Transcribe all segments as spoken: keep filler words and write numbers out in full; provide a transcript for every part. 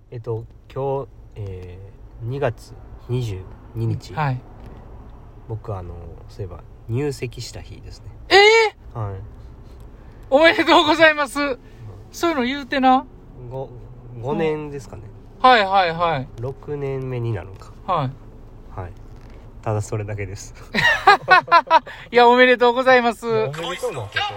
えっと今日、えー、にがつにじゅうににち、 はい。 僕あのそういえば入籍した日ですね。 えー、 はい。 おめでとうございます。そういうの言うてな。 ごごねんですかね。 はいはいはい。 ろくねんめになるのか。 はい。 はい。ただそれだけです。 いや、おめでとうございます。 おめでとうなんですよ。このごしゅう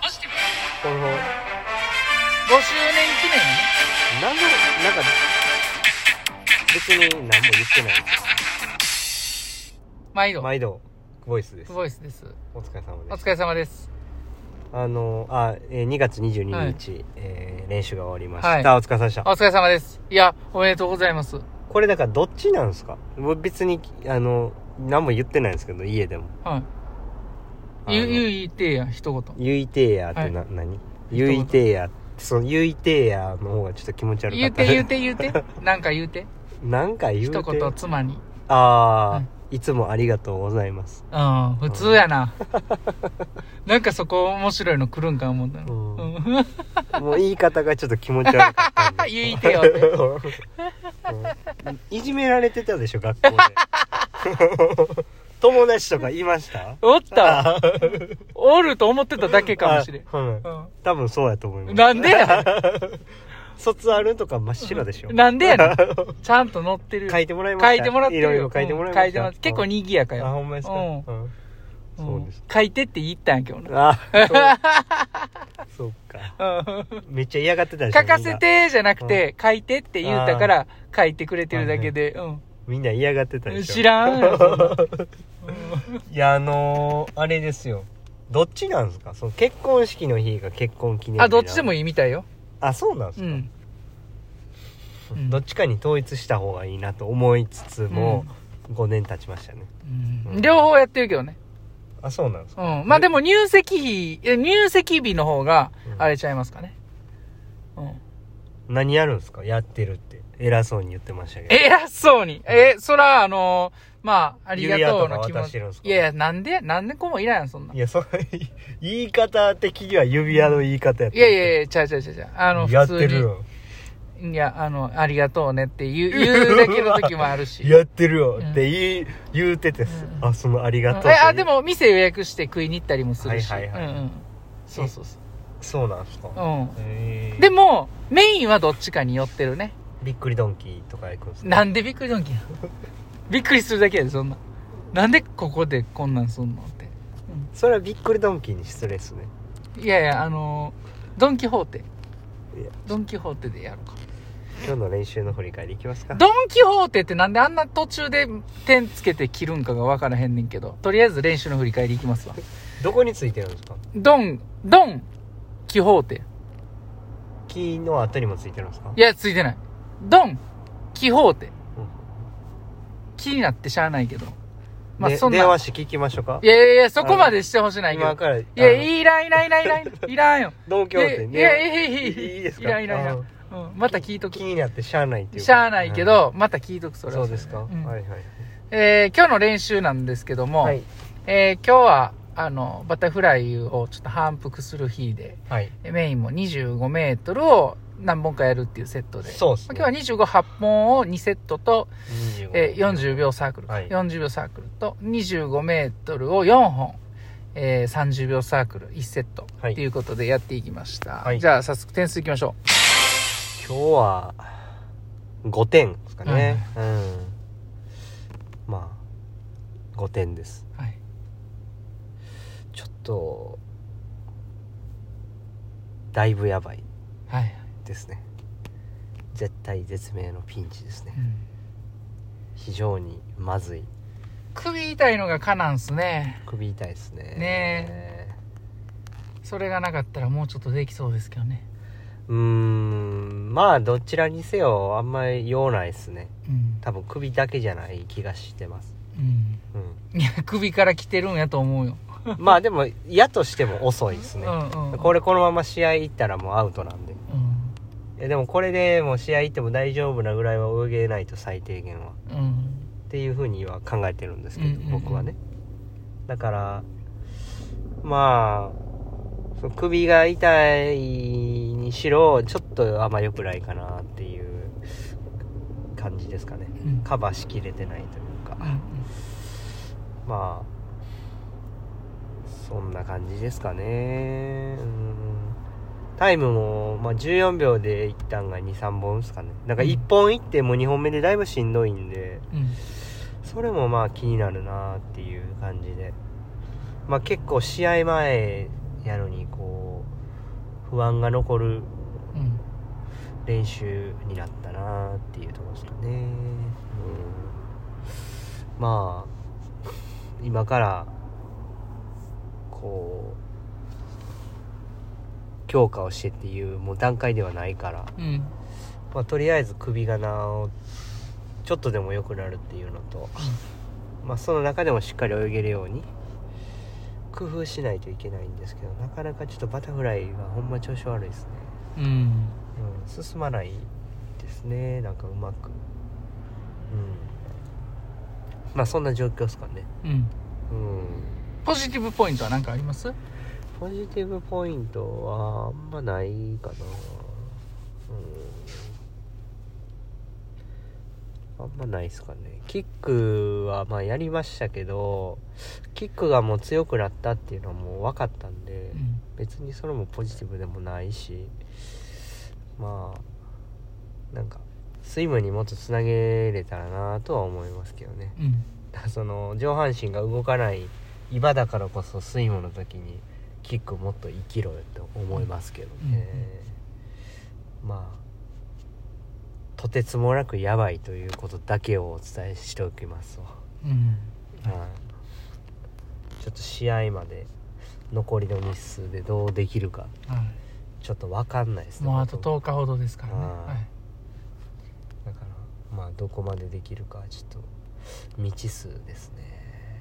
ねん記念ね。 なんかなんか別に何も言ってないです。 毎度。 毎度ボイスです。 ボイスです。 お疲れ様です。 お疲れ様です。 あのあ、えー、にがつにじゅうににち、はい、えー、練習が終わりました、はい、お疲れ様でした。 お疲れ様です。いや、おめでとうございます。 これだからどっちなんですか？別にあの何も言ってないんですけど、家でも。はい。 言う言いてや一言。 言いてやってな、はい、何？言いてやその言いてやの方がちょっと気持ち悪かった。 言うて言うて言うてなんか言うて。 なんか言うて。 一言妻に。 ああ、はい、いつもありがとうございます。 うん、普通やな。なんかそこ面白いの来るんか思ったの。うん、 もう言い方がちょっと気持ち悪かった。 言いてよって、 うん。いじめられてたでしょ、学校で。友達とかいました？ おったおると思ってただけかもしれん。 うん。多分そうやと思います。 なんでやねん。 卒アルとか真っ白でしょ。 なんでやねん。ちゃんと載ってる。 書いてもらいました。 書いてもらってるよ。 いろいろ書いてもらいました。 書いてます。結構賑やかよ。 あ、ほんまですか。うん。 そうです。書いてって言ったんやけどな。あ、そうか。めっちゃ嫌がってたでしょ。 書かせてじゃなくて、書いてって言ったから書いてくれてるだけで。うん。 みんな嫌がってたでしょ。 知らん。 いや、あのー、あれですよ。どっちなんですか？その結婚式の日が結婚記念日。 あ、どっちでもいいみたいよ。 あ、そうなんですか？ うんうん、どっちかに統一した方がいいなと思いつつも、うん、ごねん経ちましたね、 うんうん、両方やってるけどね。 あ、そうなんですか？ うん、まあでも入籍費入籍日の方があれちゃいますかね、うん、 何やるんですか？やってるって偉そうに言ってましたけど。 偉そうにえそらあのー、まあありがとうの気持ち。いやいや、なんでなんでこもいらんやんそんな。 いや、そ言い方的には指輪の言い方やった。 いやいやいや、ちゃうちゃうちゃうちゃう、あの普通にやってるよ。 いや、あの、ありがとうねって言う、言うだけの時もあるし。 やってるよって言い、うん、言うててす、うん、あ、そのありがとうって、 うん。あ、でも店予約して食いに行ったりもするし。 はいはいはい。うんうん、 そうそうそう。 そうなんですか？ うん。へー。でも、メインはどっちかに寄ってるね。 びっくりドンキーとか行くんですか？ なんでびっくりドンキーなの？びっくりするだけやで、そんな。なんでここでこんなんすんのって。 うん、それはびっくりドンキーに失礼ですね。 いやいや、あのー、ドンキホーテ。ドンキホーテでやるか。 今日の練習の振り返りいきますか？ ドンキホーテってなんであんな途中で点つけて切るんかが分からへんねんけど、とりあえず練習の振り返りいきますわ。 どこについてるんですか？ ドン、ドン、キホーテ。 キの後にもついてるんですか？ いや、ついてない。ドン、キホーテ。うん、気になってしゃあないけど。 まあ、そんな。電話して聞きましょうか？ いやいやいや、そこまでしてほしないけど。 今から。いや、いらんいらんいらんいらんいらんよ。 ドンキホーテね。 いやいやいやいや、 いいですか？ いらんいらんいらん。うん、また聞いとく。 気になってしゃあないっていう。 しゃあないけど、うん、また聞いとく、それは。 そうですか、うん、はいはい。 えー、今日の練習なんですけども、はい、えー、今日は、あの、バタフライをちょっと反復する日で、はい、メインもにじゅうごメートルを何本かやるっていうセットで。 そうですね。 今日はにじゅうご、はっぽんをにセットと、えー、よんじゅうびょうサークル、はい、よんじゅうびょうサークルと、にじゅうごメートルをよんほん、えー、さんじゅうびょうサークルいちセットっていうことでやっていきました。はい、じゃあ早速点数いきましょう。 今日はごてんですかね、うん、うん、まあごてんです、はい、ちょっとだいぶやばいですね、はい、絶対絶命のピンチですね、うん、非常にまずい。 首痛いのがかなんすね。 首痛いですね。 ねえ、それがなかったらもうちょっとできそうですけどね。 うーん、まあどちらにせよあんまり用ないですね、うん、多分首だけじゃない気がしてます、うんうん、いや首から来てるんやと思うよまあでもやとしても遅いですね、うんうんうん、これこのまま試合行ったらもうアウトなんで、うん、いやでもこれでもう試合行っても大丈夫なぐらいは泳げないと最低限は、うん、っていうふうには考えてるんですけど、うんうんうん、僕はね。だからまあその首が痛いにしろちょっとあんま良くないかなっていう感じですかね、 うん、 カバーしきれてないというか、うんうん、まあそんな感じですかね。うん、タイムも、まあ、じゅうよんびょうでいったんが にさんぼんですかね。なんかいっぽんいってもにほんめでだいぶしんどいんで、うん、それもまあ気になるなっていう感じで、まあ結構試合前やのにこう不安が残る練習になったなっていうところですかね、うん、まあ今からこう強化をしてっていうもう段階ではないから、うん、まあ、とりあえず首がなちょっとでも良くなるっていうのと、うん、まあその中でもしっかり泳げるように工夫しないといけないんですけど、なかなかちょっとバタフライがほんま調子悪いですね、うんうん、進まないですね、なんかうまく、うん、まあそんな状況ですかね、うん、うん、 ポジティブポイントは何かあります？ ポジティブポイントはあんまないかな、うん、あんまないですかね。キックはまあやりましたけど、キックがもう強くなったっていうのはもう分かったんで、うん、別にそれもポジティブでもないし、まあなんかスイムにもっとつなげれたらなとは思いますけどね、うん、だその上半身が動かない今だからこそスイムの時にキックもっと生きろよって思いますけどね、うん、まあとてつもなくやばいということだけをお伝えしておきますわ、うん、はい、ちょっと試合まで残りの日数でどうできるか、はい、ちょっと分かんないですね。 もうあととおかほどですからね、はい、 だからまあどこまでできるかちょっと未知数ですね。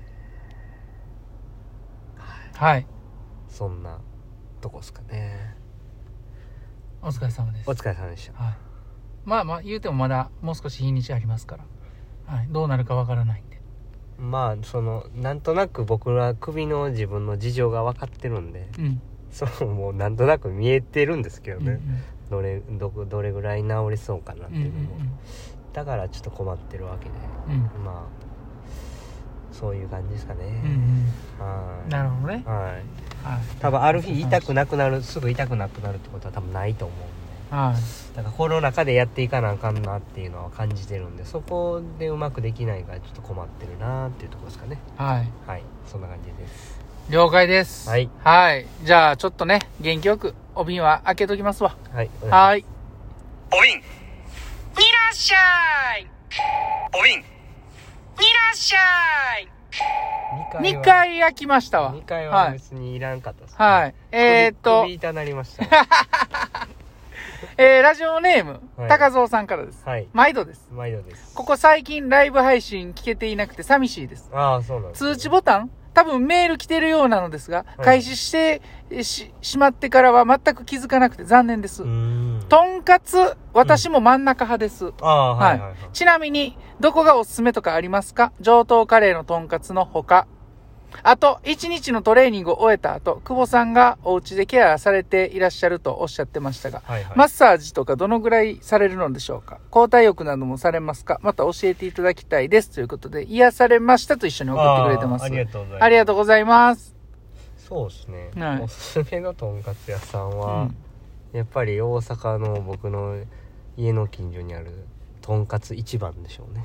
はい、はい、 そんなとこですかね。 お疲れ様です。 お疲れ様でした、はい、 まあまあ言うてもまだもう少し日にちありますから、はい、どうなるかわからないんで、 まあそのなんとなく僕は首の自分の事情が分かってるんで、うん、そうもうなんとなく見えてるんですけどね、うんうん、どれ ど, どれぐらい治りそうかなっていうのも、うんうんうん、だからちょっと困ってるわけで、うん、まあそういう感じですかね、うんうん、 はい、なるほどね、 はい、はい、多分ある日痛くなくなるすぐ痛くなくなるってことは多分ないと思うんで、はい、だからこの中でやっていかなあかんなっていうのは感じてるんで、そこでうまくできないからちょっと困ってるなっていうところですかね。はい、はい、そんな感じです。 了解です。はい、はい、じゃあちょっとね元気よくお瓶は開けときますわ。はい、はい、 お瓶いらっしゃい、お瓶いらっしゃい。 にかい開きましたわ。 にかいは別にいらんかったです、ね、 はい。えー、っと。 首痛なりました。 えー、ラジオネーム、はい、高蔵さんからです。はい。毎度です。 毎度です。 ここ最近ライブ配信聞けていなくて寂しいです。ああ、そうなんです、ね。通知ボタン多分メール来てるようなのですが、はい、開始してし、しまってからは全く気づかなくて残念です。うーん。とんかつ、私も真ん中派です。うん、ああ、はい、はいはい。ちなみに、どこがおすすめとかありますか？上等カレーのとんかつのほか。あと、一日のトレーニングを終えた後、久保さんがお家でケアされていらっしゃるとおっしゃってましたが、はいはい、マッサージとかどのぐらいされるのでしょうか？交代浴などもされますか？また教えていただきたいです。ということで、癒されましたと一緒に送ってくれてます。ありがとうございます。ありがとうございます。 そうですね。はい、おすすめのとんかつ屋さんは、うん、やっぱり大阪の僕の家の近所にあるとんかつ一番でしょうね。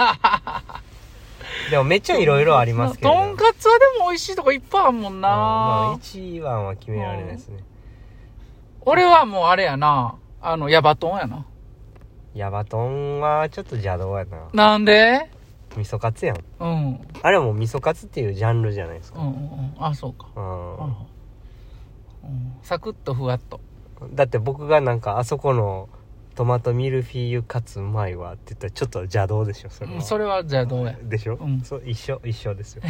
でもめっちゃいろいろありますけど、 とんかつはでも美味しいとこいっぱいあるもんな。 まあ一番は決められないですね、 うん、俺はもうあれやな、あのヤバトンやな。 ヤバトンはちょっと邪道やな。 なんで？ 味噌カツやん。うん。あれはもう味噌カツっていうジャンルじゃないですか。 うんうんうん。あ、そうか。うん。うん、サクッとふわっと。 だって僕がなんかあそこのトマトミルフィーユカツうまいわって言ったらちょっと邪道でしょそれは。 それは邪道や。 でしょ、うん、そう一緒一緒ですよ。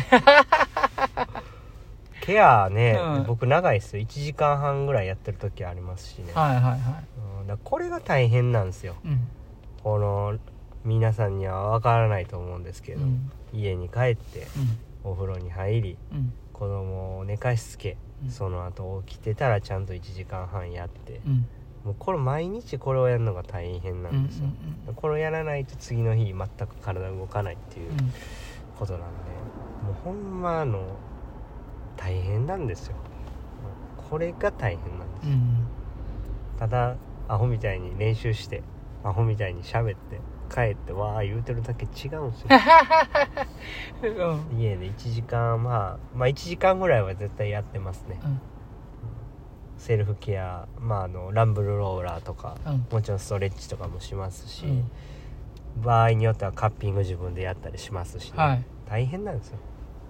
ケアね、うん、僕長いですよ。いちじかんはんぐらいやってる時ありますしね。はいはいはい。うん、だこれが大変なんですよ。うん、この皆さんには分からないと思うんですけど、うん、家に帰って、うん、お風呂に入り、うん、子供を寝かしつけ、うん、その後起きてたらちゃんといちじかんはんやって、うん、 もうこれ毎日これをやるのが大変なんですよ、うんうんうん、これをやらないと次の日全く体動かないっていうことなんで、うん、もうほんまあの大変なんですよ。これが大変なんです、うん、ただアホみたいに練習してアホみたいに喋って帰ってわー言うてるだけ違うんですよ、うん、家でいちじかん、まあ、まあいちじかんぐらいは絶対やってますね、うん、セルフケア、まあ、あのランブルローラーとか、うん、もちろんストレッチとかもしますし、うん、場合によってはカッピング自分でやったりしますし、ね、はい、大変なんですよ。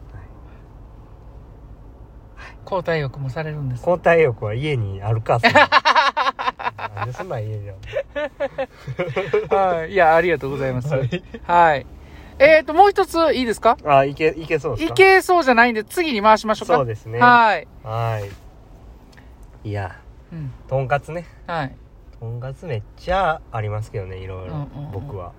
交代浴もされるんです。 交代浴は家にあるかそなんでそんなん家じゃんはい、いやありがとうございますはい、はい、えーともう一ついいですか。 あ、いけいけそうですか。 いけそうじゃないんで次に回しましょうか。 そうですね。 はいはいいや、うん、とんかつね。はい、とんかつめっちゃありますけどね、いろいろ、うんうんうん、僕は、はい、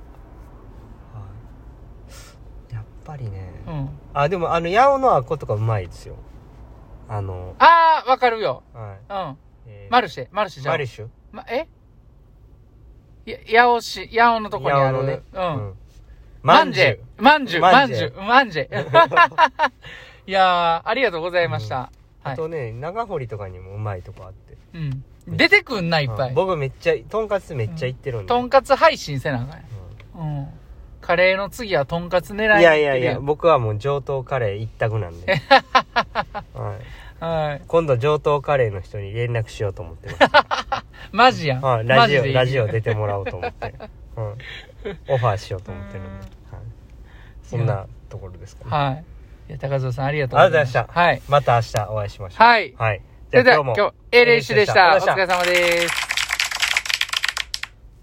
やっぱりね、うん、あでもあの八尾のあことかうまいですよ。あのあーわかるよ、はい、うん、えー、マルシェマルシェじゃんマルシュ、 ま、えや八尾市八尾のとこにあるね、うん、うん、まんじゅうまんじゅうまんじゅうまんじゅういやーありがとうございました、うん、はい、 あとね長堀とかにもうまいとこあって、 うん、出てくんないっぱい、うん、 僕めっちゃとんかつめっちゃ行ってるんで、 うん、とんかつ配信せなあかん、うん、うん、カレーの次はとんかつ狙い。 いやいやいや僕はもう上等カレー一択なんではいはい、今度上等カレーの人に連絡しようと思ってますマジやん、 はい、ラジオラジオ出てもらおうと思って、うん、オファーしようと思ってるんで、はい、そんなところですかね。 はい、いや高蔵さんありがとうございました。 はい、また明日お会いしましょう。 はい、 はい、 じゃあ今日も エーエルエイチ でした。お疲れ様です。